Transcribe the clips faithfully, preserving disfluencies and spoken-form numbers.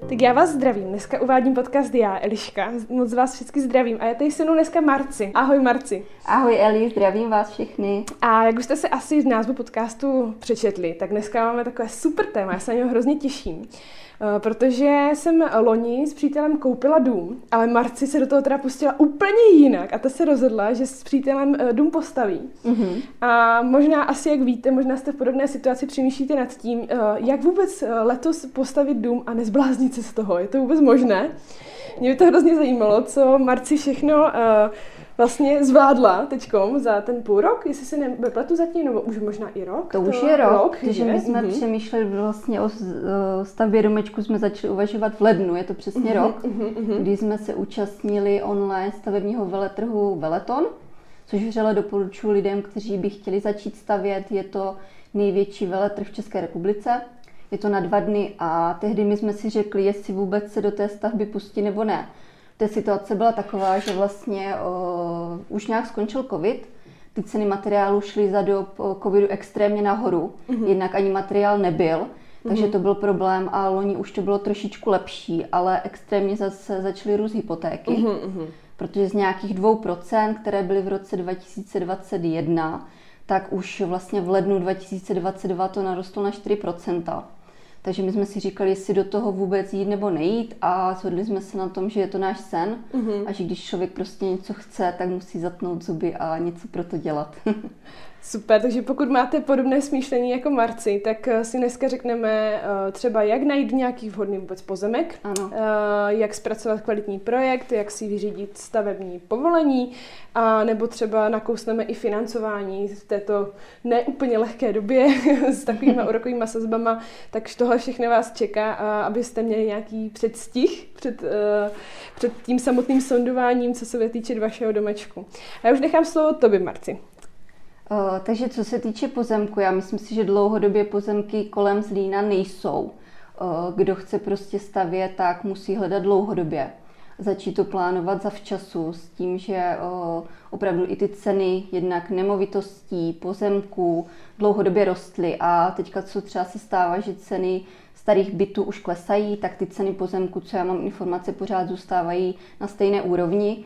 Tak já vás zdravím. Dneska uvádím podcast já, Eliška. Moc vás všichni zdravím. A já tady se mnou dneska Marci. Ahoj Marci. Ahoj Eli, zdravím vás všechny. A jak už jste se asi v názvu podcastu přečetli, tak dneska máme takové super téma. Já se na něho hrozně těším. Protože jsem loni s přítelem koupila dům, ale Marci se do toho teda pustila úplně jinak a ta se rozhodla, že s přítelem dům postaví. Mm-hmm. A možná asi, jak víte, možná jste v podobné situaci přemýšlíte nad tím, jak vůbec letos postavit dům a nezbláznit se z toho. Je to vůbec možné? Mě by to hrozně zajímalo, co Marci všechno vlastně zvládla teďkom za ten půl rok, jestli se nepletu zatím, nebo už možná i rok. To, to už je rok, rok protože my jsme mm-hmm. přemýšleli vlastně o stavbě domečku, jsme začali uvažovat v lednu, je to přesně mm-hmm. rok, mm-hmm. kdy jsme se účastnili online stavebního veletrhu Veleton, což vřele doporučuji lidem, kteří by chtěli začít stavět. Je to největší veletrh v České republice, je to na dva dny a tehdy my jsme si řekli, jestli vůbec se do té stavby pustí nebo ne. Ta situace byla taková, že vlastně o, už nějak skončil covid, ty ceny materiálu šly za dob covidu extrémně nahoru, mm-hmm. jednak ani materiál nebyl, mm-hmm. takže to byl problém a loni už to bylo trošičku lepší, ale extrémně zase začaly růst hypotéky, mm-hmm. protože z nějakých dvou procent, které byly v roce dva tisíce dvacet jedna, tak už vlastně v lednu dva tisíce dvacet dva to narostlo na čtyři procenta. Takže my jsme si říkali, jestli do toho vůbec jít nebo nejít a shodli jsme se na tom, že je to náš sen mm-hmm. a že když člověk prostě něco chce, tak musí zatnout zuby a něco pro to dělat. Super, takže pokud máte podobné smýšlení jako Marci, tak si dneska řekneme třeba, jak najít nějaký vhodný vůbec pozemek, ano. jak zpracovat kvalitní projekt, jak si vyřídit stavební povolení, a nebo třeba nakousneme i financování v této neúplně lehké době s takovými úrokovými sazbama, takže tohle všechno vás čeká, abyste měli nějaký předstih před, před tím samotným sondováním, co se bude týče vašeho domečku. A já už nechám slovo tobě, Marci. Uh, takže co se týče pozemku, já myslím si, že dlouhodobě pozemky kolem Zlína nejsou. Uh, kdo chce prostě stavět, tak musí hledat dlouhodobě. Začít to plánovat zavčasu s tím, že uh, opravdu i ty ceny jednak nemovitostí, pozemků dlouhodobě rostly a teďka co třeba se stává, že ceny starých bytů už klesají, tak ty ceny pozemku, co já mám informace, pořád zůstávají na stejné úrovni.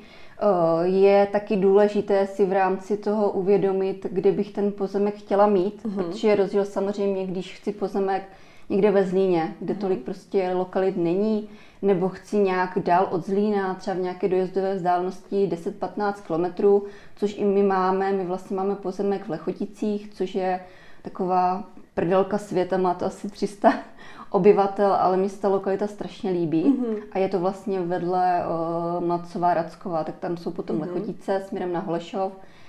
Je taky důležité si v rámci toho uvědomit, kde bych ten pozemek chtěla mít, uh-huh. protože je rozdíl samozřejmě, když chci pozemek někde ve Zlíně, kde uh-huh. tolik prostě lokalit není, nebo chci nějak dál od Zlína, třeba v nějaké dojezdové vzdálenosti deset patnáct kilometrů, což i my máme, my vlastně máme pozemek v Lechoticích, což je taková prdelka světa, má to asi tři sta obyvatel, ale mi se ta lokalita strašně líbí mm-hmm. a je to vlastně vedle uh, Mlacová Racková, tak tam jsou potom mm-hmm. Lechotice směrem na Holešov.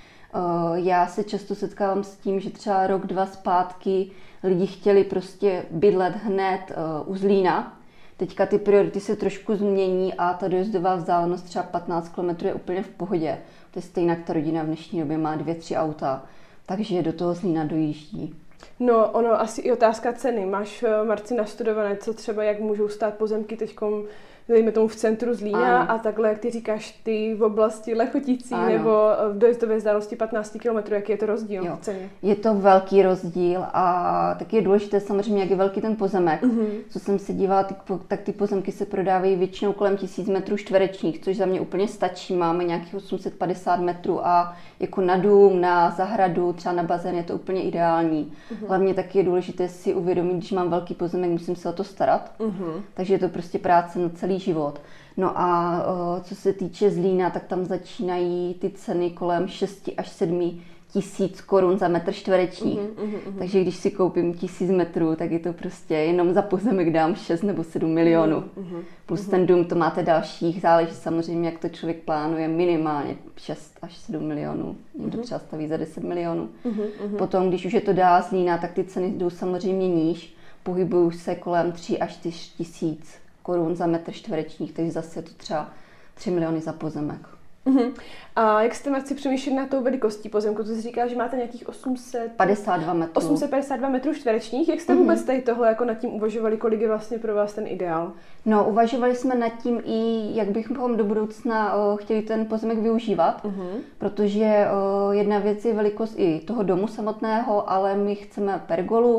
Uh, já se často setkávám s tím, že třeba rok, dva zpátky lidi chtěli prostě bydlet hned uh, u Zlína. Teďka ty priority se trošku změní a ta dojezdová vzdálenost třeba patnáct kilometrů je úplně v pohodě. To je stejně, ta rodina v dnešní době má dvě, tři auta, takže do toho Zlína dojíždí. No, ono asi i otázka ceny. Máš, Marci, nastudované, co třeba, jak můžou stát pozemky teďkom, dejme tomu v centru Zlína ano. a takhle, jak ty říkáš, ty v oblasti Lechoticí ano. nebo v dojezdové vzdálenosti patnáct kilometrů, jaký je to rozdíl jo. v ceně? Je to velký rozdíl a taky je důležité samozřejmě, jak je velký ten pozemek. Mm-hmm. Co jsem se dívala, tak ty pozemky se prodávají většinou kolem tisíc metrů čtverečních, což za mě úplně stačí. Máme nějakých osm set padesát metrů a jako na dům, na zahradu, třeba na bazén je to úplně ideální. Mm-hmm. Hlavně taky je důležité si uvědomit, když mám velký pozemek, musím se o to starat. Mm-hmm. Takže je to prostě práce na celý život. No a o, co se týče Zlína, tak tam začínají ty ceny kolem šest až sedm tisíc korun za metr čtvereční. Mm-hmm, mm-hmm. Takže když si koupím tisíc metrů, tak je to prostě jenom za pozemek dám šest nebo sedm milionů. Mm-hmm, Plus mm-hmm. ten dům to máte dalších, záleží samozřejmě, jak to člověk plánuje, minimálně šest až sedm milionů. Někdo mm-hmm. třeba staví za deset milionů. Mm-hmm. Potom, když už je to dál Zlína, tak ty ceny jdou samozřejmě níž. Pohybují se kolem tři až čtyři tisíc korun za metr čtverečních, takže zase je to třeba tři miliony za pozemek. Uh-huh. A jak jste, Marci, přemýšlet na tou velikostí pozemku? To jsi říkala, že máte nějakých osm set padesát dva metrů. osm set padesát dva metrů čtverečních. Jak jste uh-huh. vůbec tady tohle jako nad tím uvažovali, kolik je vlastně pro vás ten ideál? No, uvažovali jsme nad tím i, jak bychom do budoucna o, chtěli ten pozemek využívat, uh-huh. protože o, jedna věc je velikost i toho domu samotného, ale my chceme pergolu,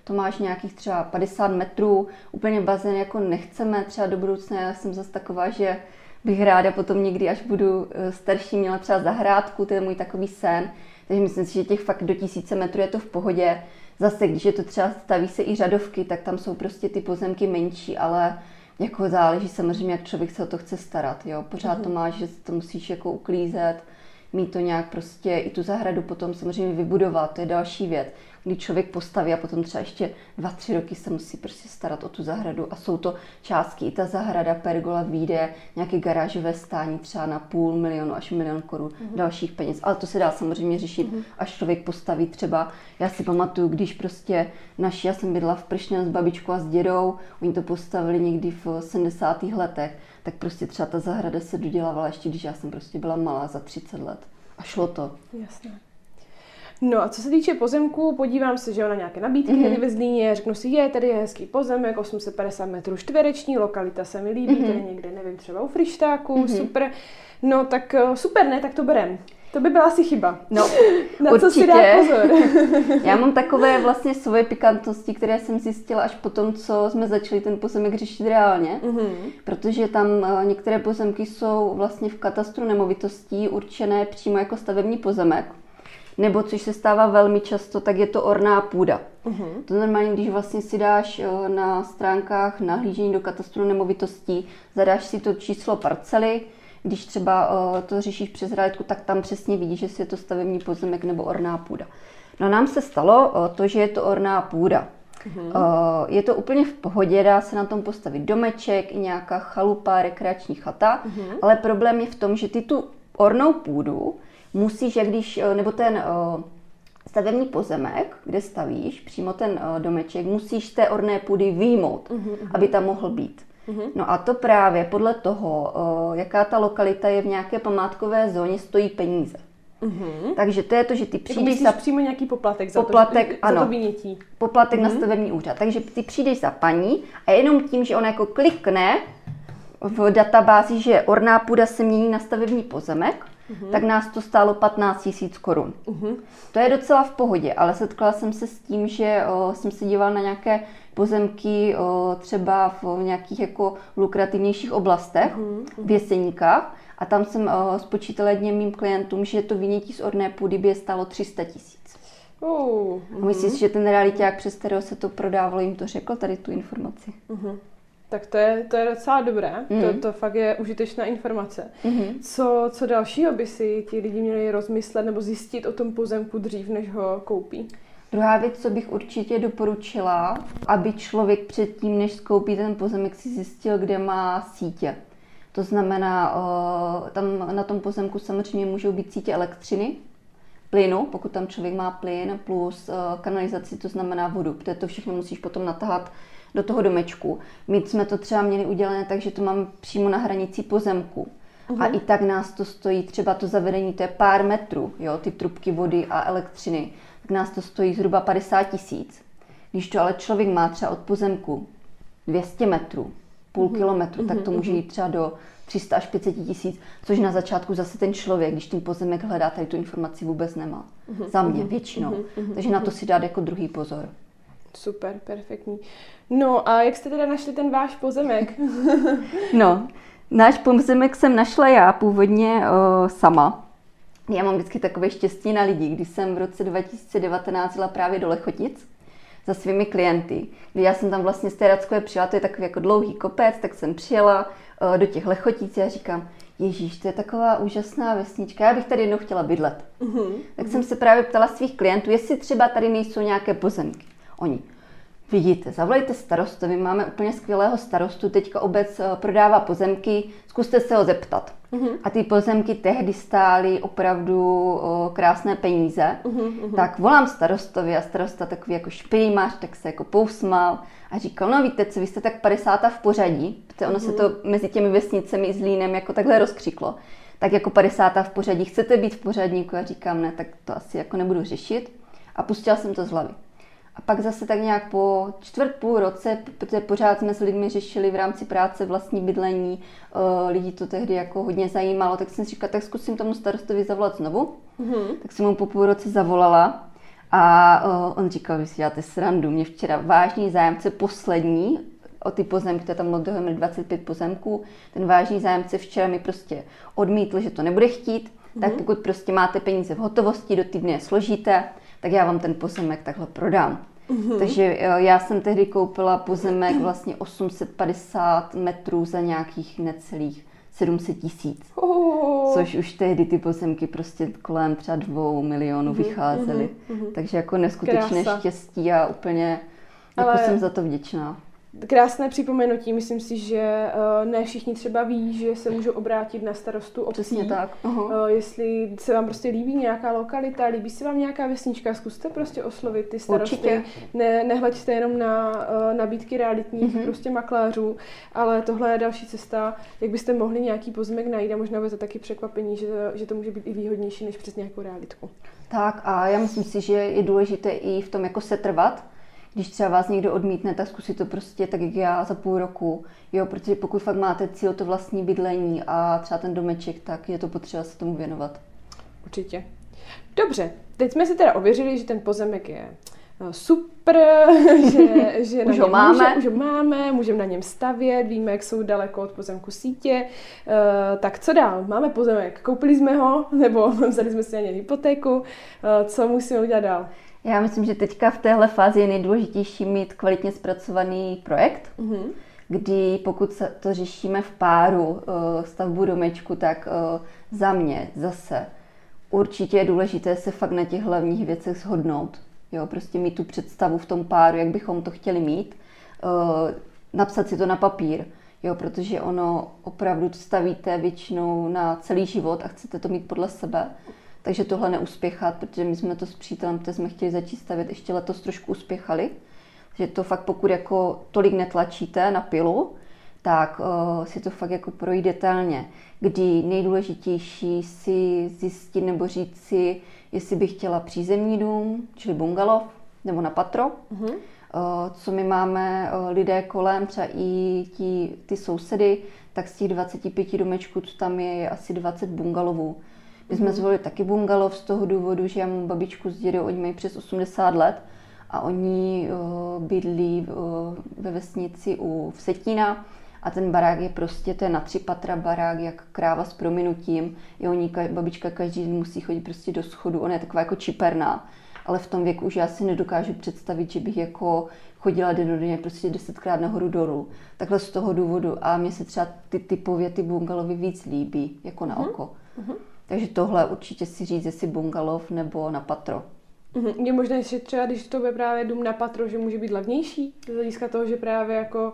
to máš nějakých třeba padesát metrů, úplně bazén jako nechceme, třeba do budoucna já jsem zase taková, že bych ráda potom někdy, až budu starší, měla třeba zahrádku, to je můj takový sen, takže myslím si, že těch fakt do tisíce metrů je to v pohodě. Zase, když je to třeba, staví se i řadovky, tak tam jsou prostě ty pozemky menší, ale jako záleží samozřejmě, jak člověk se o to chce starat, jo. Pořád to máš, že to musíš jako uklízet, mít to nějak prostě i tu zahradu potom samozřejmě vybudovat, to je další věc. Kdy člověk postaví a potom třeba ještě dva, tři roky se musí prostě starat o tu zahradu a jsou to částky, i ta zahrada, pergola vyjde, nějaké garážové stání třeba na půl milionu až milion korun mm-hmm. dalších peněz. Ale to se dá samozřejmě řešit, mm-hmm. až člověk postaví třeba, já si pamatuju, když prostě naši, já jsem bydla v Pršném s babičkou a s dědou, oni to postavili někdy v sedmdesátých letech, tak prostě třeba ta zahrada se dodělávala ještě, když já jsem prostě byla malá za třicet let. A šlo to. Jasné. No a co se týče pozemku, podívám se, že jo, na nějaké nabídky mm-hmm. ve Zlíně, řeknu si, je, tady je hezký pozemek, osm set padesát metrů čtvereční, lokalita se mi líbí, mm-hmm. tady někde, nevím, třeba u Frištáku, mm-hmm. super. No tak super, ne, tak to berem. To by byla asi chyba. No, na určitě. Co si dá pozor. Já mám takové vlastně svoje pikantnosti, které jsem zjistila až po tom, co jsme začali ten pozemek řešit reálně. Mm-hmm. Protože tam některé pozemky jsou vlastně v katastru nemovitostí určené přímo jako stavební pozemek. Nebo, což se stává velmi často, tak je to orná půda. Uh-huh. To normálně, když vlastně si dáš na stránkách nahlížení do katastru nemovitostí, zadáš si to číslo parcely, když třeba to řešíš přes realitku, tak tam přesně vidíš, že je to stavební pozemek nebo orná půda. No nám se stalo to, že je to orná půda. Uh-huh. Je to úplně v pohodě, dá se na tom postavit domeček, i nějaká chalupa, rekreační chata, uh-huh. ale problém je v tom, že ty tu ornou půdu musíš, jak když, nebo ten stavební pozemek, kde stavíš, přímo ten domeček, musíš z té orné půdy vyjmout, uh-huh. aby tam mohl být. Uh-huh. No a to právě podle toho, jaká ta lokalita je v nějaké památkové zóně, stojí peníze. Uh-huh. Takže to je to, že ty přijdeš za... přímo nějaký poplatek za poplatek, to, ano, za to vynětí. Poplatek uh-huh. na stavební úřad. Takže ty přijdeš za paní a jenom tím, že ona jako klikne v databázi, že orná půda se mění na stavební pozemek, Uhum. tak nás to stálo patnáct tisíc korun. Uhum. To je docela v pohodě, ale setkala jsem se s tím, že o, jsem se dívala na nějaké pozemky o, třeba v nějakých jako lukrativnějších oblastech, uhum. v Jeseníkách, a tam jsem o, spočítala jedním mým klientům, že to vynětí z orné půdy by je stálo tři sta tisíc. Uh, uh-huh. Myslíš, že ten realiťák, přes kterého se to prodávalo, jim to řekl, tady tu informaci? Uh-huh. Tak to je, to je docela dobré, mm. to, to fakt je užitečná informace. Mm-hmm. Co, co dalšího by si ti lidi měli rozmyslet nebo zjistit o tom pozemku dřív, než ho koupí? Druhá věc, co bych určitě doporučila, aby člověk předtím, než skoupí ten pozemek, si zjistil, kde má sítě. To znamená, tam na tom pozemku samozřejmě můžou být sítě elektřiny, plynu, pokud tam člověk má plyn, plus kanalizaci, to znamená vodu, protože to všechno musíš potom natahat do toho domečku. My jsme to třeba měli udělané tak, že to máme přímo na hranici pozemku. Uh-huh. A i tak nás to stojí, třeba to zavedení, to je pár metrů, jo, ty trubky vody a elektřiny, tak nás to stojí zhruba padesát tisíc. Když to ale člověk má třeba od pozemku dvě stě metrů, půl uh-huh. kilometru, uh-huh. tak to může jít třeba do tři sta až pět set tisíc, což na začátku zase ten člověk, když ten pozemek hledá, tady tu informaci vůbec nemá. Uh-huh. Za mě většinou. Uh-huh. Takže na to si dát jako druhý pozor. Super, perfektní. No a jak jste teda našli ten váš pozemek? No, náš pozemek jsem našla já původně o, sama. Já mám vždycky takové štěstí na lidi, když jsem v roce dva tisíce devatenáct jela právě do Lechotic za svými klienty. Kdy já jsem tam vlastně z té Radskové přijela, to je takový jako dlouhý kopec, tak jsem přijela o, do těch Lechotic a říkám, Ježíš, to je taková úžasná vesnička, já bych tady jednou chtěla bydlet. Uh-huh. Tak uh-huh. jsem se právě ptala svých klientů, jestli třeba tady nejsou nějaké pozemky. Oni, vidíte, zavolejte starostovi, máme úplně skvělého starostu, teďka obec prodává pozemky, zkuste se ho zeptat. Uh-huh. A ty pozemky tehdy stály opravdu o, krásné peníze, uh-huh. tak volám starostovi a starosta takový jako špejmář, tak se jako pousmál a říkal, no víte co, vy jste tak padesátá v pořadí, protože ono uh-huh. se to mezi těmi vesnicemi s Línem jako takhle rozkřiklo, tak jako padesátá v pořadí, chcete být v pořadníku? A říkám, ne, tak to asi jako nebudu řešit a pustila jsem to z hlavy. A pak zase tak nějak po čtvrt půl roce, protože pořád jsme s lidmi řešili v rámci práce vlastní bydlení, lidi to tehdy jako hodně zajímalo, tak jsem si říkala, tak zkusím tomu starostovi zavolat znovu. Mm-hmm. Tak jsem mu po půl roce zavolala A uh, on říkal, že si děláte srandu. Mě včera vážný zájemce poslední o ty pozemky, to tam bylo dohromady dvacet pět pozemků, ten vážný zájemce včera mi prostě odmítl, že to nebude chtít, mm-hmm. tak pokud prostě máte peníze v hotovosti, do týdne je složíte, tak já vám ten pozemek takhle prodám. Mm-hmm. Takže já jsem tehdy koupila pozemek vlastně osm set padesát metrů za nějakých necelých sedm set tisíc. Oh. Což už tehdy ty pozemky prostě kolem třeba dvou milionů mm-hmm. vycházely. Mm-hmm. Takže jako neskutečné Krása. štěstí a úplně jako Ale... jsem za to vděčná. Krásné připomenutí, myslím si, že uh, ne všichni třeba ví, že se můžou obrátit na starostu obcí. Přesně tak. Uh, jestli se vám prostě líbí nějaká lokalita, líbí se vám nějaká vesnička, zkuste prostě oslovit ty starosty. Ne, nehleďte jenom na uh, nabídky realitních mm-hmm. prostě makléřů, ale tohle je další cesta, jak byste mohli nějaký pozemek najít a možná budete taky překvapení, že, že to může být i výhodnější než přes nějakou realitku. Tak a já myslím si, že je důležité i v tom jako setrvat. Když třeba vás někdo odmítne, tak zkusit to prostě tak, jak já za půl roku. Jo, protože pokud fakt máte cíl to vlastní bydlení a třeba ten domeček, tak je to potřeba se tomu věnovat. Určitě. Dobře, teď jsme si teda ověřili, že ten pozemek je super, že, že už, ho máme. Může, už ho máme, můžeme na něm stavět, víme, jak jsou daleko od pozemku sítě. Uh, tak co dál? Máme pozemek, koupili jsme ho, nebo vzali jsme si na něj hypotéku. Uh, co musíme udělat dál? Já myslím, že teďka v téhle fázi je nejdůležitější mít kvalitně zpracovaný projekt, mm-hmm. kdy pokud se to řešíme v páru, stavbu domečku, tak za mě zase určitě je důležité se fakt na těch hlavních věcech shodnout. Jo, prostě mít tu představu v tom páru, jak bychom to chtěli mít, napsat si to na papír, jo, protože ono opravdu stavíte většinou na celý život a chcete to mít podle sebe. Takže tohle neuspěchat, protože my jsme to s přítelem, které jsme chtěli začít stavět, ještě letos trošku uspěchali. Takže to fakt pokud jako tolik netlačíte na pilu, tak uh, si to fakt jako projít detailně. Kdy nejdůležitější si zjistit nebo říct si, jestli bych chtěla přízemní dům, čili bungalov, nebo na patro. Mm-hmm. Uh, co my máme uh, lidé kolem, třeba i tí, ty sousedy, tak z těch dvacet pět domečků, co tam je, je asi dvacet bungalovů. My jsme zvolili taky bungalov z toho důvodu, že já mám babičku s dědou, oni mají přes osmdesát let a oni uh, bydlí uh, ve vesnici u Vsetína a ten barák je prostě, to je na tři patra barák, jak kráva s prominutím. I oni, babička každý musí chodit prostě do schodu, ona je taková jako čiperná, ale v tom věku už já si nedokážu představit, že bych jako chodila dennodenně prostě desetkrát nahoru dolů. Takhle z toho důvodu a mně se třeba ty typově ty bungalovy víc líbí, jako na oko. Uh-huh. Takže tohle určitě si říct, jestli bungalov nebo na patro. Je možné, že třeba, když to bude právě dům na patro, že může být levnější? Z hlediska toho, že právě jako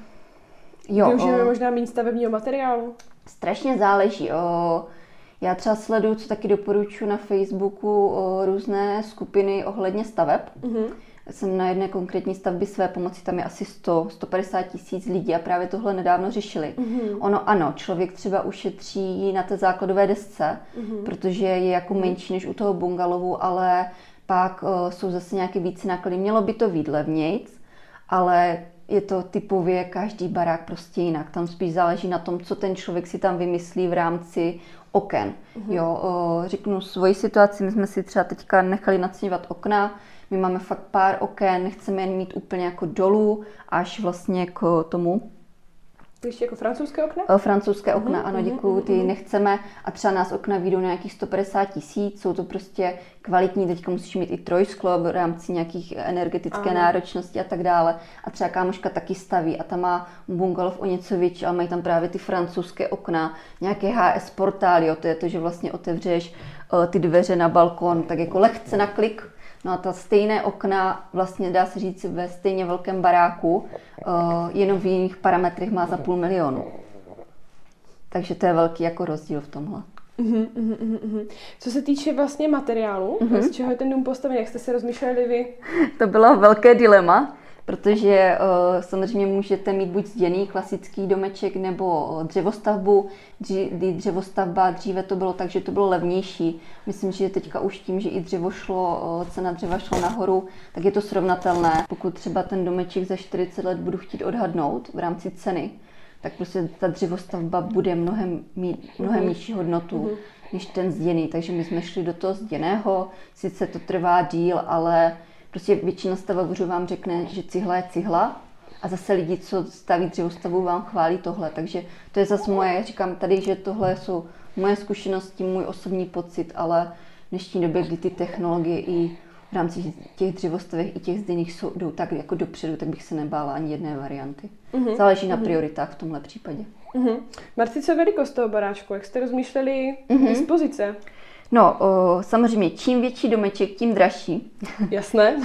jo, využijeme o... možná méně stavebního materiálu? Strašně záleží. O... Já třeba sleduju, co taky doporučuji na Facebooku, o různé skupiny ohledně staveb. Mm-hmm. Jsem na jedné konkrétní stavbě Své pomoci, tam je asi sto, sto padesát tisíc lidí a právě tohle nedávno řešili. Mm-hmm. Ono ano, člověk třeba ušetří na té základové desce, mm-hmm. protože je jako menší než u toho bungalovu, ale pak uh, jsou zase nějaké více náklady. Mělo by to být levnějc, ale je to typově každý barák prostě jinak. Tam spíš záleží na tom, co ten člověk si tam vymyslí v rámci oken. Mm-hmm. Jo, uh, řeknu svoji situaci, my jsme si třeba teďka nechali naceňovat okna. My máme fakt pár oken, nechceme jen mít úplně jako dolů, až vlastně k tomu. Ještě jako francouzské okna? O, francouzské okna, uh-huh, ano, děkuju, ty uh-huh. nechceme. A třeba nás okna vyjdou na nějakých sto padesát tisíc, jsou to prostě kvalitní, teďka musíš mít i trojsklo v rámci nějakých energetické uh-huh. náročnosti a tak dále. A třeba kámoška taky staví a tam má bungalov o něco větší, ale mají tam právě ty francouzské okna, nějaké há es portál, jo, to je to, že vlastně otevřeš uh, ty dveře na balkon, tak jako lehce na klik. No a ta stejné okna, vlastně dá se říct ve stejně velkém baráku, uh, jenom v jiných parametrech má za půl milionu. Takže to je velký jako rozdíl v tomhle. Uhum, uhum, uhum. Co se týče vlastně materiálu, uhum. z čeho je ten dům postavený, jak jste se rozmýšleli vy? To bylo velké dilema, protože uh, samozřejmě můžete mít buď zděný klasický domeček nebo dřevostavbu. Dří, dřevostavba dříve to bylo tak, že to bylo levnější. Myslím, že teďka už tím, že i dřevo šlo, uh, cena dřeva šlo nahoru, tak je to srovnatelné. Pokud třeba ten domeček za čtyřicet let budu chtít odhadnout v rámci ceny, tak prostě ta dřevostavba bude mnohem, mít mnohem nižší hodnotu. Mm-hmm. než ten zděný, takže my jsme šli do toho zděného, sice to trvá díl, ale prostě většina stavařů vám řekne, že cihla je cihla a zase lidi, co staví dřevostavu, vám chválí tohle, takže to je zase moje, říkám tady, že tohle jsou moje zkušenosti, můj osobní pocit, ale v dnešní době, kdy ty technologie i v rámci těch dřevostavek i těch zděných jsou, jdou tak jako dopředu, tak bych se nebála ani jedné varianty. Mm-hmm. Záleží na prioritách v tomhle případě. Mm-hmm. Marci, co je velikost toho baráčku? Jak jste rozmýšleli mm-hmm. dispozice? No, o, samozřejmě, čím větší domeček, tím dražší. Jasné.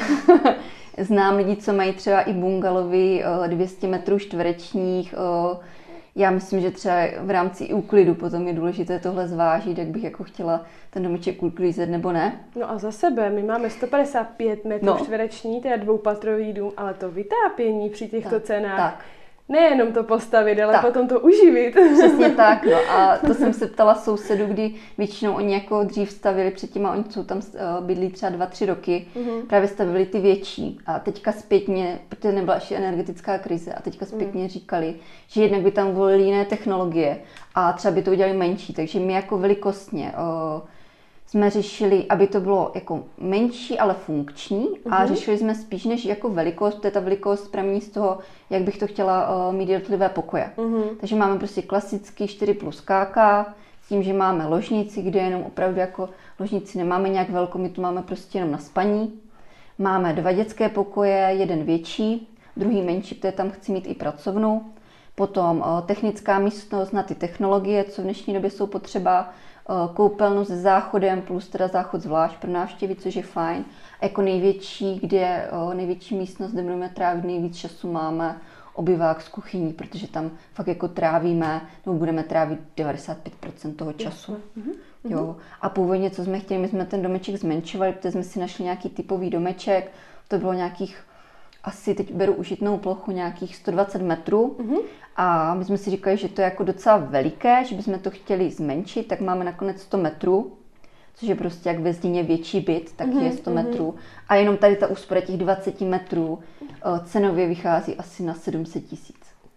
Znám lidi, co mají třeba i bungalovy dvě stě metrů čtverečních. O, já myslím, že třeba v rámci i úklidu potom je důležité tohle zvážit, jak bych jako chtěla ten domeček uklízet nebo ne. No a za sebe, my máme sto padesát pět metrů no. čtvereční, teda dvoupatrový dům, ale to vytápění při těchto tak, cenách. Tak. Nejenom to postavit, ale tak. potom to uživit. Přesně tak, no a to jsem se ptala sousedů, kdy většinou oni jako dřív stavili předtím a oni jsou tam bydlí třeba dva, tři roky, mm-hmm. právě stavili ty větší a teďka zpětně, protože nebyla ještě energetická krize a teďka zpětně mm. říkali, že jednak by tam volili jiné technologie a třeba by to udělali menší, takže my jako velikostně o, jsme řešili, aby to bylo jako menší, ale funkční a mm-hmm. řešili jsme spíš než jako velikost, to je ta velikost pramení z toho, jak bych to chtěla uh, mít jednotlivé pokoje. Mm-hmm. Takže máme prostě klasický čtyři plus ká ká, s tím, že máme ložnici, kde jenom opravdu jako ložnici nemáme nějak velkou, my tu máme prostě jenom na spaní. Máme dva dětské pokoje, jeden větší, druhý menší, protože tam chci mít i pracovnu. Potom uh, technická místnost na ty technologie, co v dnešní době jsou potřeba, koupelnu se záchodem plus teda záchod zvlášť pro návštěvy, což je fajn. A jako největší, kde největší místnost, kde budeme trávit nejvíc času, máme obyvák s kuchyní, protože tam fakt jako trávíme, nebo budeme trávit devadesát pět procent toho času. Mm-hmm. Jo. A původně, co jsme chtěli, my jsme ten domeček zmenšovali, protože jsme si našli nějaký typový domeček, to bylo nějakých asi teď beru užitnou plochu nějakých sto dvacet metrů mm-hmm. a my jsme si říkali, že to je jako docela veliké, že bychom to chtěli zmenšit, tak máme nakonec sto metrů, což je prostě jak ve Zdině větší byt, tak mm-hmm. je sto metrů a jenom tady ta úspora těch dvacet metrů cenově vychází asi na sedm set tisíc.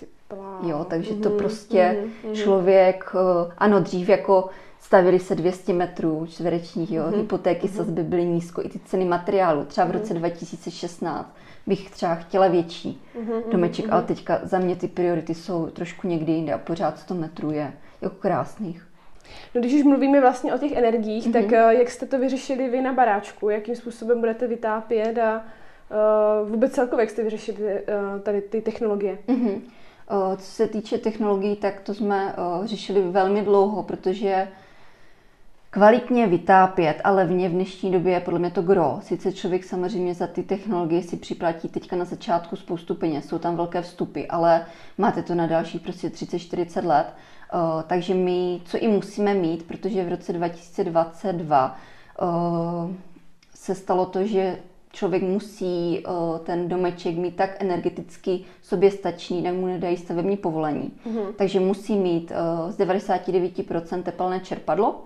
Jo, takže mm-hmm. to prostě mm-hmm. člověk, ano, dřív jako stavili se dvě stě metrů čtverečních, jo, mm-hmm. hypotéky mm-hmm. sazby byly nízko, i ty ceny materiálu, třeba v roce dva tisíce šestnáct bych třeba chtěla větší mm-hmm. domeček, mm-hmm. ale teďka za mě ty priority jsou trošku někdy jinde a pořád sto metrů je jako krásných. No když už mluvíme vlastně o těch energiích, mm-hmm. tak jak jste to vyřešili vy na baráčku, jakým způsobem budete vytápět a uh, vůbec celkově jak jste vyřešili uh, tady ty technologie? Mm-hmm. Uh, co se týče technologií, tak to jsme uh, řešili velmi dlouho, protože kvalitně vytápět, ale levně v dnešní době je podle mě to gro. Sice člověk samozřejmě za ty technologie si připlatí teďka na začátku spoustu peněz, jsou tam velké vstupy, ale máte to na dalších prostě třicet čtyřicet let. Uh, takže my, co i musíme mít, protože v roce dva tisíce dvacet dva uh, se stalo to, že člověk musí uh, ten domeček mít tak energeticky soběstačný, tak mu nedají stavební povolení. Mm-hmm. Takže musí mít uh, z devadesát devět procent tepelné čerpadlo,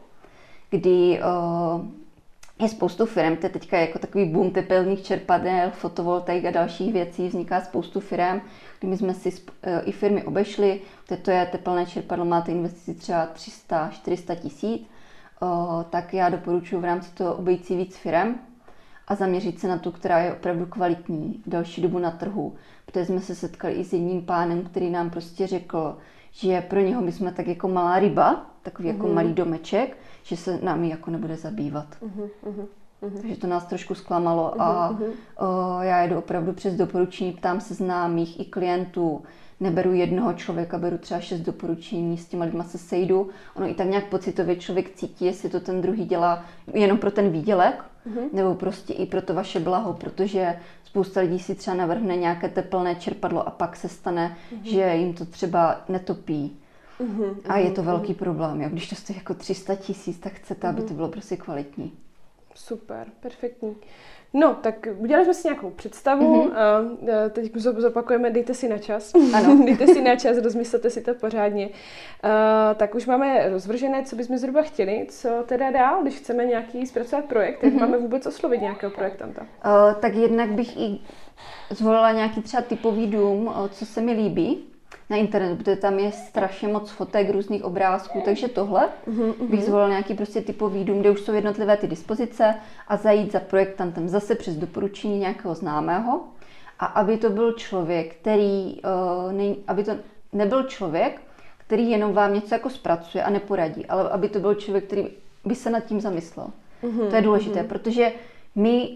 kdy uh, je spoustu firm, to je teďka jako takový boom tepelných čerpadel, fotovoltaik a dalších věcí, vzniká spoustu firm, kdy my jsme si uh, i firmy obešli, to je tepelné čerpadlo, máte investici třeba tři sta čtyři sta tisíc, uh, tak já doporučuji v rámci toho obejít si víc firm a zaměřit se na tu, která je opravdu kvalitní další dobu na trhu, protože jsme se setkali i s jedním pánem, který nám prostě řekl, že pro něho my jsme tak jako malá ryba, takový mm-hmm. jako malý domeček, že se námi jako nebude zabývat. Mm-hmm. Takže to nás trošku zklamalo mm-hmm. a o, já jedu opravdu přes doporučení, ptám se známých i klientů, neberu jednoho člověka, beru třeba šest doporučení, s těma lidma se sejdu. Ono i tak nějak pocitově člověk cítí, jestli to ten druhý dělá jenom pro ten výdělek, mm-hmm. nebo prostě i pro to vaše blaho, protože spousta lidí si třeba navrhne nějaké tepelné čerpadlo a pak se stane, mm-hmm. že jim to třeba netopí. Mm-hmm. A je to velký problém. Jo? Když to stojí jako tři sta tisíc, tak chcete, mm-hmm. aby to bylo prostě kvalitní. Super, perfektní. No, tak udělali jsme si nějakou představu mm-hmm. a teď zopakujeme, dejte si na čas. Ano. Dejte si na čas, rozmyslete si to pořádně. A, tak už máme rozvržené, co bychom zhruba chtěli. Co teda dál, když chceme nějaký zpracovat projekt, jak mm-hmm. máme vůbec oslovit nějakého projektanta? Uh, tak jednak bych i zvolila nějaký třeba typový dům, co se mi líbí. na internet, protože tam je strašně moc fotek, různých obrázků, takže tohle uh-huh. bych zvolila nějaký prostě typový dům, kde už jsou jednotlivé ty dispozice a zajít za projektantem zase přes doporučení nějakého známého a aby to byl člověk, který, uh, nej, aby to nebyl člověk, který jenom vám něco jako zpracuje a neporadí, ale aby to byl člověk, který by se nad tím zamyslel. Uh-huh. To je důležité, uh-huh. protože my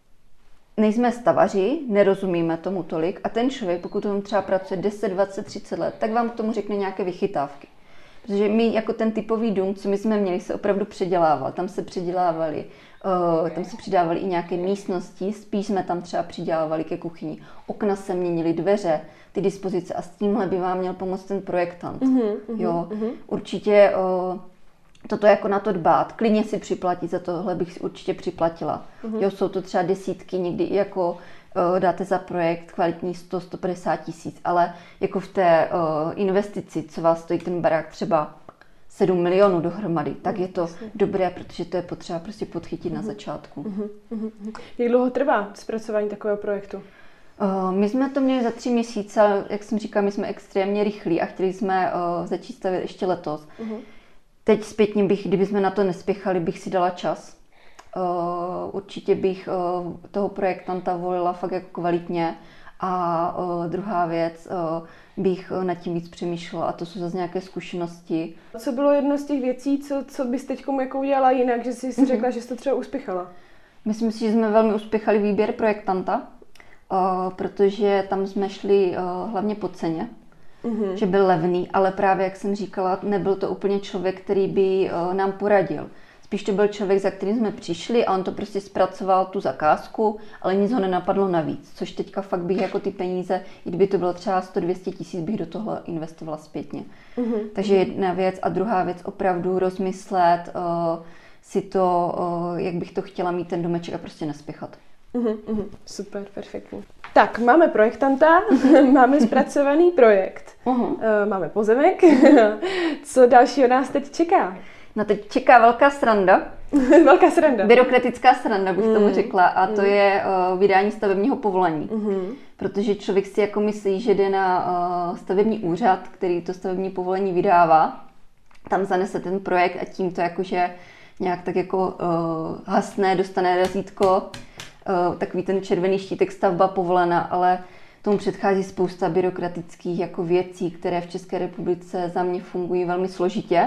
nejsme stavaři, nerozumíme tomu tolik a ten člověk, pokud tomu třeba pracuje deset, dvacet, třicet let, tak vám k tomu řekne nějaké vychytávky. Protože my jako ten typový dům, co my jsme měli, se opravdu předělával. Tam se předělávali, uh, tam se přidávali i nějaké místnosti, spíš jsme tam třeba přidělávali ke kuchyni. Okna se měnily, dveře, ty dispozice a s tímhle by vám měl pomoct ten projektant. Uh-huh, uh-huh, jo, uh-huh. Určitě uh, toto jako na to dbát, klidně si připlatit, za tohle bych si určitě připlatila. Uh-huh. Jo, jsou to třeba desítky, někdy i jako uh, dáte za projekt kvalitní sto, sto padesát tisíc, ale jako v té uh, investici, co vás stojí ten barák třeba sedm milionů dohromady, tak je to Jasně. dobré, protože to je potřeba prostě podchytit uh-huh. na začátku. Uh-huh. Uh-huh. Jak dlouho trvá zpracování takového projektu? Uh, my jsme to měli za tři měsíce, ale jak jsem říkala, my jsme extrémně rychlí a chtěli jsme uh, začít stavět ještě letos. Uh-huh. Teď zpětně bych, kdyby jsme na to nespěchali, bych si dala čas. Uh, určitě bych uh, toho projektanta volila fakt jako kvalitně a uh, druhá věc, uh, bych uh, nad tím víc přemýšlela a to jsou zase nějaké zkušenosti. Co bylo jedno z těch věcí, co, co bys teď jako udělala jinak, že jsi si řekla, mm-hmm. že jsi to třeba uspěchala? Myslím si, že jsme velmi uspěchali výběr projektanta, uh, protože tam jsme šli uh, hlavně po ceně. Uhum. Že byl levný, ale právě, jak jsem říkala, nebyl to úplně člověk, který by uh, nám poradil. Spíš to byl člověk, za kterým jsme přišli a on to prostě zpracoval tu zakázku, ale nic ho nenapadlo navíc, což teďka fakt bych jako ty peníze, i kdyby to bylo třeba sto dvě stě tisíc, bych do toho investovala zpětně. Uhum. Takže jedna věc a druhá věc, opravdu rozmyslet uh, si to, uh, jak bych to chtěla mít ten domeček a prostě nespěchat. Uhum, uhum. Super, perfektní. Tak, máme projektanta, máme zpracovaný projekt, uh-huh. máme pozemek. Co dalšího nás teď čeká? No teď čeká velká sranda. Velká sranda. Byrokratická sranda, bych mm. tomu řekla, a to mm. je uh, vydání stavebního povolení. Mm-hmm. Protože člověk si jako myslí, že jde na uh, stavební úřad, který to stavební povolení vydává, tam zanese ten projekt a tím to jakože nějak tak jako uh, hasne, dostane razítko, Uh, takový ten červený štítek stavba povolena, ale tomu předchází spousta byrokratických jako věcí, které v České republice za mě fungují velmi složitě.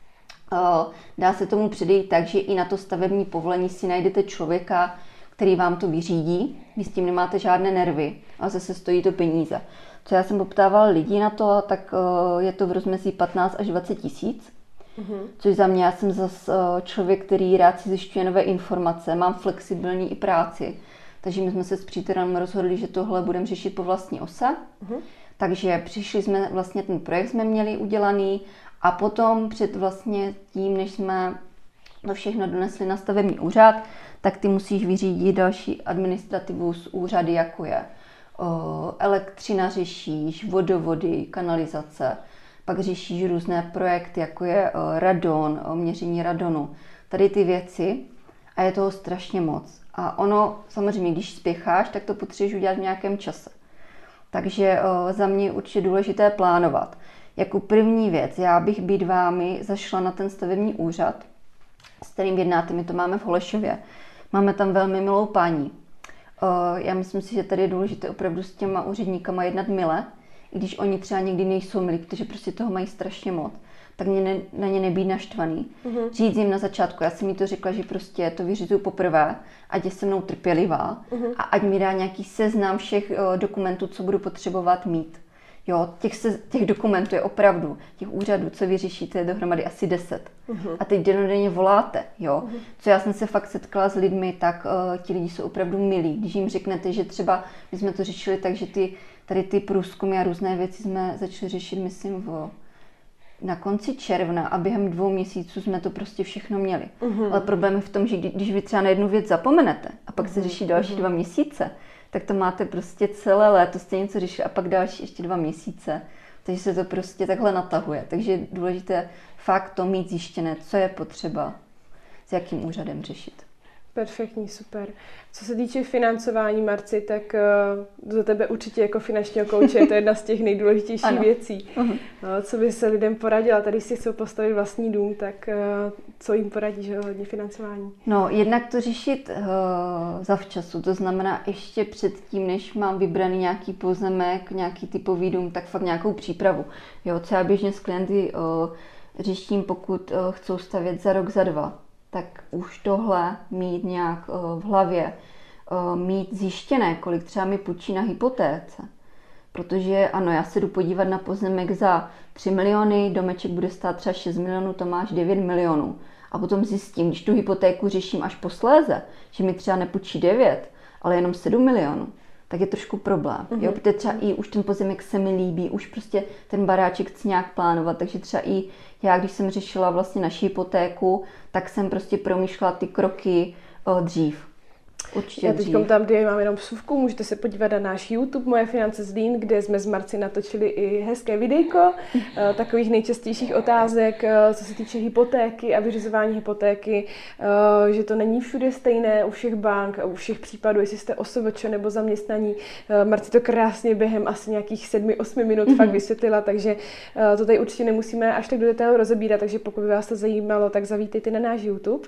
Uh, dá se tomu předejít tak, že i na to stavební povolení si najdete člověka, který vám to vyřídí. Vy s tím nemáte žádné nervy a zase stojí to peníze. Co já jsem poptávala lidí na to, tak uh, je to v rozmezí patnáct až dvacet tisíc. Uhum. Což za mě, já jsem zase člověk, který rád si zjišťuje nové informace, mám flexibilní i práci, takže my jsme se s přítelem rozhodli, že tohle budeme řešit po vlastní ose. Uhum. Takže přišli jsme, vlastně ten projekt jsme měli udělaný a potom před vlastně tím, než jsme to všechno donesli na stavební úřad, tak ty musíš vyřídit další administrativu z úřady, jako je o, elektřina řešíš, vodovody, kanalizace. Pak řešíš různé projekty, jako je radon, měření radonu. Tady ty věci a je toho strašně moc. A ono, samozřejmě, když spěcháš, tak to potřebuješ udělat v nějakém čase. Takže za mě je určitě důležité plánovat. Jako první věc, já bych být vámi zašla na ten stavební úřad, s kterým jednáte, my to máme v Holešově. Máme tam velmi milou paní. Já myslím si, že tady je důležité opravdu s těma úředníkama jednat mile, i když oni třeba někdy nejsou milí, protože prostě toho mají strašně moc, tak mě ne, na ně nebýt naštvaný. Uh-huh. Říct jim na začátku, já jsem jí to řekla, že prostě to vyřizuju poprvé, ať je se mnou trpělivá uh-huh. a ať mi dá nějaký seznam všech o, dokumentů, co budu potřebovat mít. Jo, těch, se, těch dokumentů je opravdu, těch úřadů, co vyřešíte, dohromady asi deset. Uh-huh. A teď dennodenně voláte, jo. Uh-huh. Co já jsem se fakt setkala s lidmi, tak uh, ti lidi jsou opravdu milí. Když jim řeknete, že třeba, my jsme to řešili tak, že ty, tady ty průzkumy a různé věci jsme začali řešit, myslím, v, na konci června a během dvou měsíců jsme to prostě všechno měli. Uh-huh. Ale problém je v tom, že když vy třeba na jednu věc zapomenete a pak uh-huh. se řeší další uh-huh. dva měsíce, tak to máte prostě celé léto, jste něco řešili a pak další ještě dva měsíce. Takže se to prostě takhle natahuje. Takže je důležité fakt to mít zjištěné, co je potřeba s jakým úřadem řešit. Perfektní, super. Co se týče financování, Marci, tak uh, za tebe určitě jako finančního kouče je to jedna z těch nejdůležitějších ano. věcí. Uh-huh. Uh, co by se lidem poradila? Tady si chcou postavit vlastní dům, tak uh, co jim poradíš ohledně financování? No, jednak to řešit uh, zavčasu, to znamená ještě předtím, než mám vybraný nějaký pozemek, nějaký typový dům, tak fakt nějakou přípravu. Jo, co já běžně s klienty uh, řeším, pokud uh, chcou stavět za rok, za dva, tak už tohle mít nějak uh, v hlavě, uh, mít zjištěné, kolik třeba mi půjčí na hypotéce. Protože ano, já se jdu podívat na pozemek za tři miliony, domeček bude stát třeba šest milionů, to máš devět milionů. A potom zjistím, když tu hypotéku řeším až posléze, že mi třeba nepůjčí devět, ale jenom sedm milionů, tak je trošku problém. Mm-hmm. Jo? Protože třeba i už ten pozemek se mi líbí, už prostě ten baráček chci nějak plánovat, takže třeba i já, když jsem řešila vlastně naši hypotéku, tak jsem prostě promýšlela ty kroky o, dřív. Určitě Já teď tam, kde mám jenom vsuvku, můžete se podívat na náš YouTube Moje finance z Lín, kde jsme s Marci natočili i hezké videjko takových nejčastějších otázek, co se týče hypotéky a vyřizování hypotéky, že to není všude stejné u všech bank a u všech případů, jestli jste O S V Č nebo zaměstnaní. Marci to krásně během asi nějakých sedmi, osmi minut mm-hmm. fakt vysvětlila, takže to tady určitě nemusíme až tak do detailu rozebírat, takže pokud by vás to zajímalo, tak zavítejte na náš YouTube.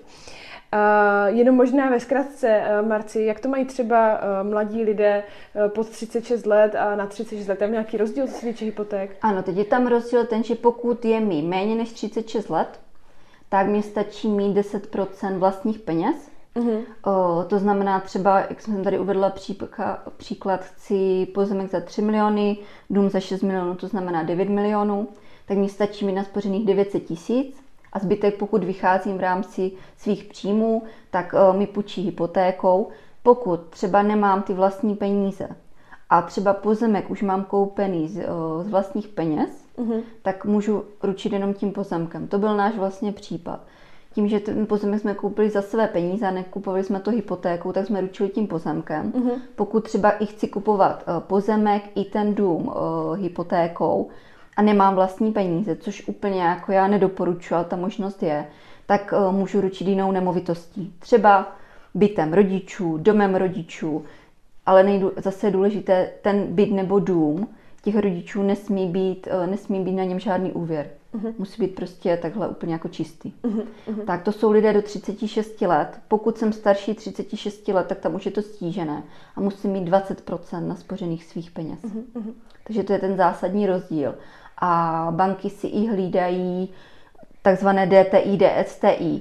Uh, jenom možná ve zkratce, uh, Marci, jak to mají třeba uh, mladí lidé uh, pod třicet šest let a na třicet šest let? Tam nějaký rozdíl, co se týče hypoték? Ano, teď je tam rozdíl ten, že pokud je mi méně než třicet šest let, tak mi stačí mít deset procent vlastních peněz. Uh-huh. Uh, to znamená třeba, jak jsem tady uvedla příklad, příklad, chci pozemek za tři miliony, dům za šest milionů, to znamená devět milionů, tak mi stačí mít naspořených devět set tisíc. A zbytek, pokud vycházím v rámci svých příjmů, tak uh, mi půjčí hypotékou. Pokud třeba nemám ty vlastní peníze a třeba pozemek už mám koupený z, uh, z vlastních peněz, uh-huh. tak můžu ručit jenom tím pozemkem. To byl náš vlastně případ. Tím, že ten pozemek jsme koupili za své peníze a nekupovali jsme to hypotékou, tak jsme ručili tím pozemkem. Uh-huh. Pokud třeba i chci kupovat uh, pozemek i ten dům uh, hypotékou, a nemám vlastní peníze, což úplně jako já nedoporučuji, ale ta možnost je, tak uh, můžu ručit jinou nemovitostí. Třeba bytem rodičů, domem rodičů, ale nejdu, zase je důležité, ten byt nebo dům těch rodičů nesmí být, uh, nesmí být na něm žádný úvěr. Uh-huh. Musí být prostě takhle úplně jako čistý. Uh-huh. Tak to jsou lidé do třicet šest let. Pokud jsem starší třicet šest let, tak tam už je to stížené a musím mít dvacet procent naspořených svých peněz. Uh-huh. Takže to je ten zásadní rozdíl. A banky si i hlídají takzvané D T I, D S T I.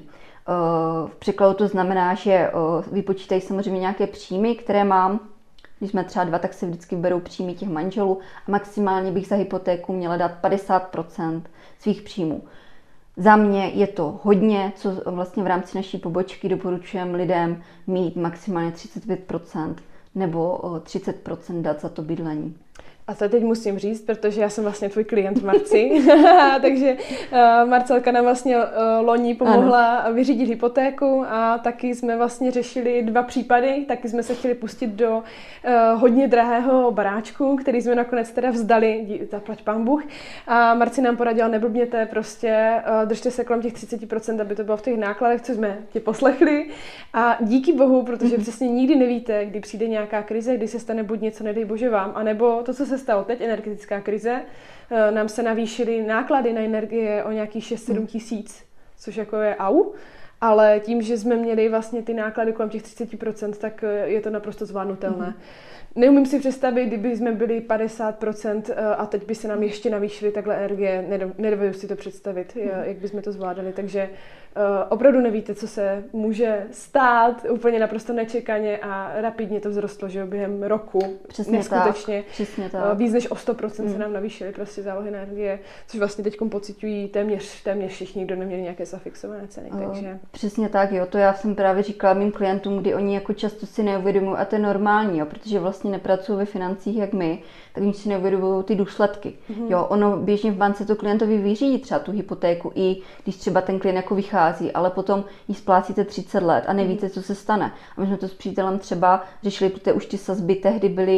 V překladu to znamená, že vypočítají samozřejmě nějaké příjmy, které mám. Když jsme třeba dva, tak se vždycky berou příjmy těch manželů a maximálně bych za hypotéku měla dát padesát procent svých příjmů. Za mě je to hodně, co vlastně v rámci naší pobočky doporučujeme lidem mít maximálně třicet pět procent nebo třicet procent dát za to bydlení. A to teď musím říct, protože já jsem vlastně tvůj klient Marci, takže uh, Marcelka nám vlastně uh, loni pomohla ano. vyřídit hypotéku a taky jsme vlastně řešili dva případy, taky jsme se chtěli pustit do uh, hodně drahého baráčku, který jsme nakonec teda vzdali, zaplať pán Bůh. A Marci nám poradila, neblbněte, prostě uh, držte se kolem těch třicet procent, aby to bylo v těch nákladech, co jsme tě poslechli. A díky Bohu, protože mm-hmm. přesně nikdy nevíte, kdy přijde nějaká krize, kdy se stane buď něco, nedej bože vám, anebo to, co se stalo teď, energetická krize, nám se navýšily náklady na energie o nějakých šest sedm tisíc, což jako je au, ale tím, že jsme měli vlastně ty náklady kolem těch třicet procent, tak je to naprosto zvládnutelné. Mm. Neumím si představit, kdyby jsme byli padesát procent a teď by se nám ještě navýšily takhle energie, nedovedu si to představit, jak bychom to zvládali, takže opravdu nevíte, co se může stát, úplně naprosto nečekaně a rapidně to vzrostlo, že během roku. Přesně neskutečně. Tak, přesně tak. Víc než o sto procent mm. se nám navýšily prostě zálohy na energie, což vlastně teď pociťují téměř, téměř všichni, kdo neměli nějaké zafixované ceny. O, takže... Přesně tak, jo, to já jsem právě říkala mým klientům, kdy oni jako často si neuvědomují, a to je normální, jo, protože vlastně nepracují ve financích jak my, tak oni si neuvědomují ty důsledky. Mm. Jo, ono běžně v bance to klientovi vyřídí třeba tu hypotéku, i když třeba ten klient jako vychází, ale potom ji splácíte třicet let a nevíte, co se stane. A my jsme to s přítelem třeba řešili, protože už ty sazby tehdy byly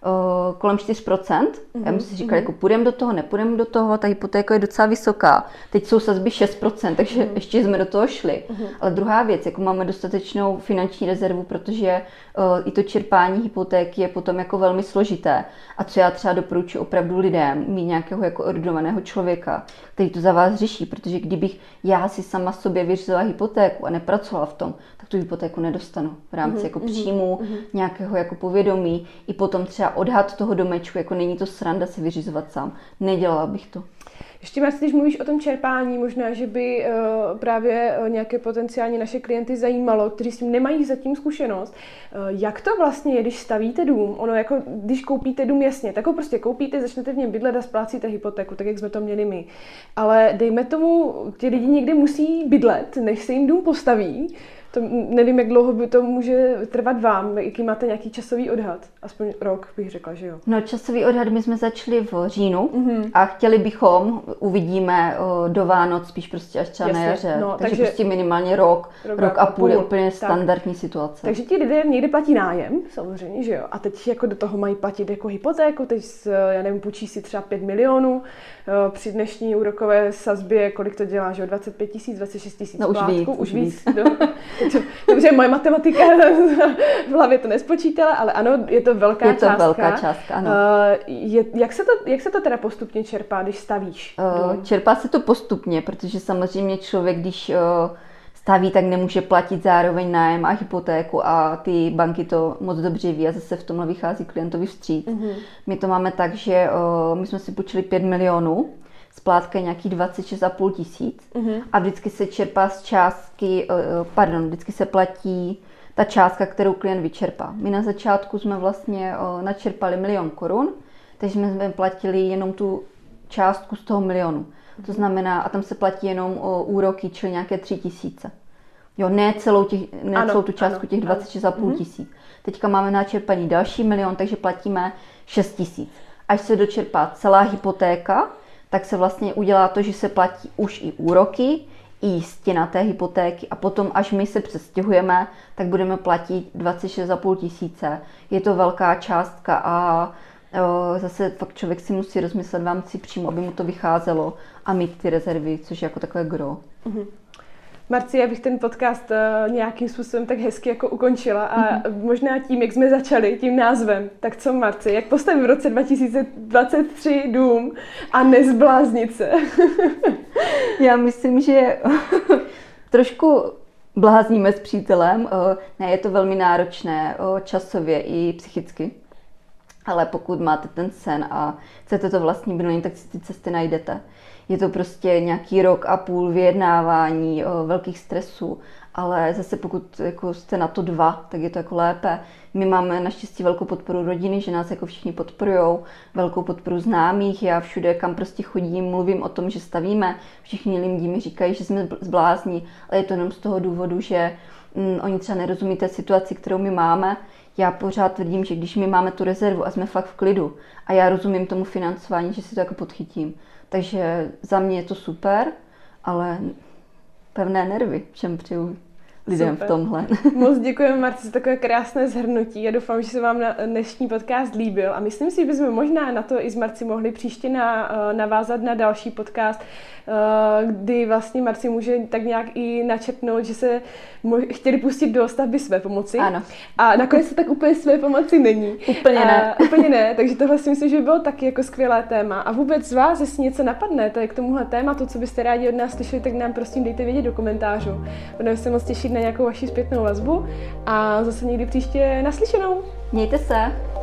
uh, kolem čtyři procenta. Mm-hmm. Já jsem si říkala, mm-hmm. jako půjdeme do toho, nepůjdeme do toho, ta hypotéka je docela vysoká. Teď jsou sazby šest procent, takže mm-hmm. ještě jsme do toho šli. Mm-hmm. Ale druhá věc, jako máme dostatečnou finanční rezervu, protože uh, i to čerpání hypotéky je potom jako velmi složité. A co já třeba doporučuji opravdu lidem, mít nějakého jako ordinovaného člověka, který to za vás řeší, protože kdybych já si sama sobě vyřizovala hypotéku a nepracovala v tom, tak tu hypotéku nedostanu v rámci mm-hmm. jako příjmu, mm-hmm. nějakého jako povědomí, i potom třeba odhad toho domečku, jako není to sranda si vyřizovat sám. Nedělala bych to. Ještě Marci, když mluvíš o tom čerpání, možná, že by uh, právě uh, nějaké potenciální naše klienty zajímalo, kteří s tím nemají zatím zkušenost, uh, jak to vlastně je, když stavíte dům. Ono jako, když koupíte dům, jasně, tak ho prostě koupíte, začnete v něm bydlet a splácíte hypotéku, tak jak jsme to měli my. Ale dejme tomu, ti lidi někde musí bydlet, než se jim dům postaví. To nevím, jak dlouho by to může trvat vám, jaký máte nějaký časový odhad? Aspoň rok bych řekla, že jo. No časový odhad, my jsme začali v říjnu mm-hmm. a chtěli bychom, uvidíme do Vánoc, spíš prostě až třeba Jasně, na jaře. No, takže, takže prostě minimálně rok, rok, rok a půl je úplně tak. Standardní situace. Takže ti lidé někdy platí nájem, samozřejmě, že jo. A teď jako do toho mají platit jako hypotéku, teď já nevím, půjčí si třeba pět milionů, při dnešní úrokové sazbě, kolik to dělá, že jo, dvacet pět tisíc, dvacet šest tisíc no, plátku, už víc, už víc. víc. Dobře, moje matematika v hlavě to nespočítala, ale ano, je to velká částka. Je to částka. velká částka, ano. Je, jak, se to, jak se to teda postupně čerpá, když stavíš? Uh, čerpá se to postupně, protože samozřejmě člověk, když uh, staví, tak nemůže platit zároveň nájem a hypotéku a ty banky to moc dobře ví a zase v tomhle vychází klientovi vstříc. Uh-huh. My to máme tak, že uh, my jsme si půjčili pět milionů, splátka je nějakých dvacet šest a půl tisíc uh-huh. a vždycky se čerpá z částky, pardon, vždycky se platí ta částka, kterou klient vyčerpá. My na začátku jsme vlastně načerpali milion korun, takže jsme platili jenom tu částku z toho milionu. Uh-huh. To znamená, a tam se platí jenom úroky, čili nějaké tři tisíce. Jo, ne celou, těch, ne ano, celou tu částku ano, těch dvacet šest a půl uh-huh. tisíc. Teďka máme na čerpaní další milion, takže platíme šest tisíc. Až se dočerpá celá hypotéka, tak se vlastně udělá to, že se platí už i úroky, i jistina té hypotéky a potom, až my se přestěhujeme, tak budeme platit dvacet šest a půl tisíce. Je to velká částka a o, zase fakt člověk si musí rozmyslet v rámci příjmu, aby mu to vycházelo a mít ty rezervy, což je jako takové gro. Mm-hmm. Marci, já bych ten podcast uh, nějakým způsobem tak hezky jako ukončila a mm-hmm. možná tím, jak jsme začali, tím názvem, tak co Marci, jak postavit v roce dva tisíce dvacet tři dům a nezbláznit se? Já myslím, že trošku blázníme s přítelem, ne, je to velmi náročné časově i psychicky, ale pokud máte ten sen a chcete to vlastní bydlení, tak si ty cesty najdete. Je to prostě nějaký rok a půl vyjednávání, o, velkých stresů, ale zase pokud jako jste na to dva, tak je to jako lépe. My máme naštěstí velkou podporu rodiny, že nás jako všichni podporujou, velkou podporu známých. Já všude, kam prostě chodím, mluvím o tom, že stavíme. Všichni lidi mi říkají, že jsme zblázní, ale je to jenom z toho důvodu, že mm, oni třeba nerozumí té situaci, kterou my máme. Já pořád tvrdím, že když my máme tu rezervu a jsme fakt v klidu a já rozumím tomu financování, že si to jako podchytím. Takže za mě je to super, ale pevné nervy, všem přeju lidem super. V tomhle. Moc děkujeme, Marci, za takové krásné shrnutí. Já doufám, že se vám na dnešní podcast líbil a myslím si, že bychom možná na to i s Marci mohli příště na, navázat na další podcast, kdy vlastně Marci může tak nějak i načrtnout, že se chtěli pustit do stavby své pomoci. Ano. A nakonec to tak úplně své pomoci není. Úplně ne. A, úplně ne, takže tohle si myslím, že by bylo taky jako skvělé téma. A vůbec z vás, jestli něco napadne, tak k tomuhle tématu, co byste rádi od nás slyšeli, tak nám prosím dejte vědět do komentářů. Budeme se moc těšit na nějakou vaši zpětnou vazbu a zase někdy příště naslyšenou. Mějte se.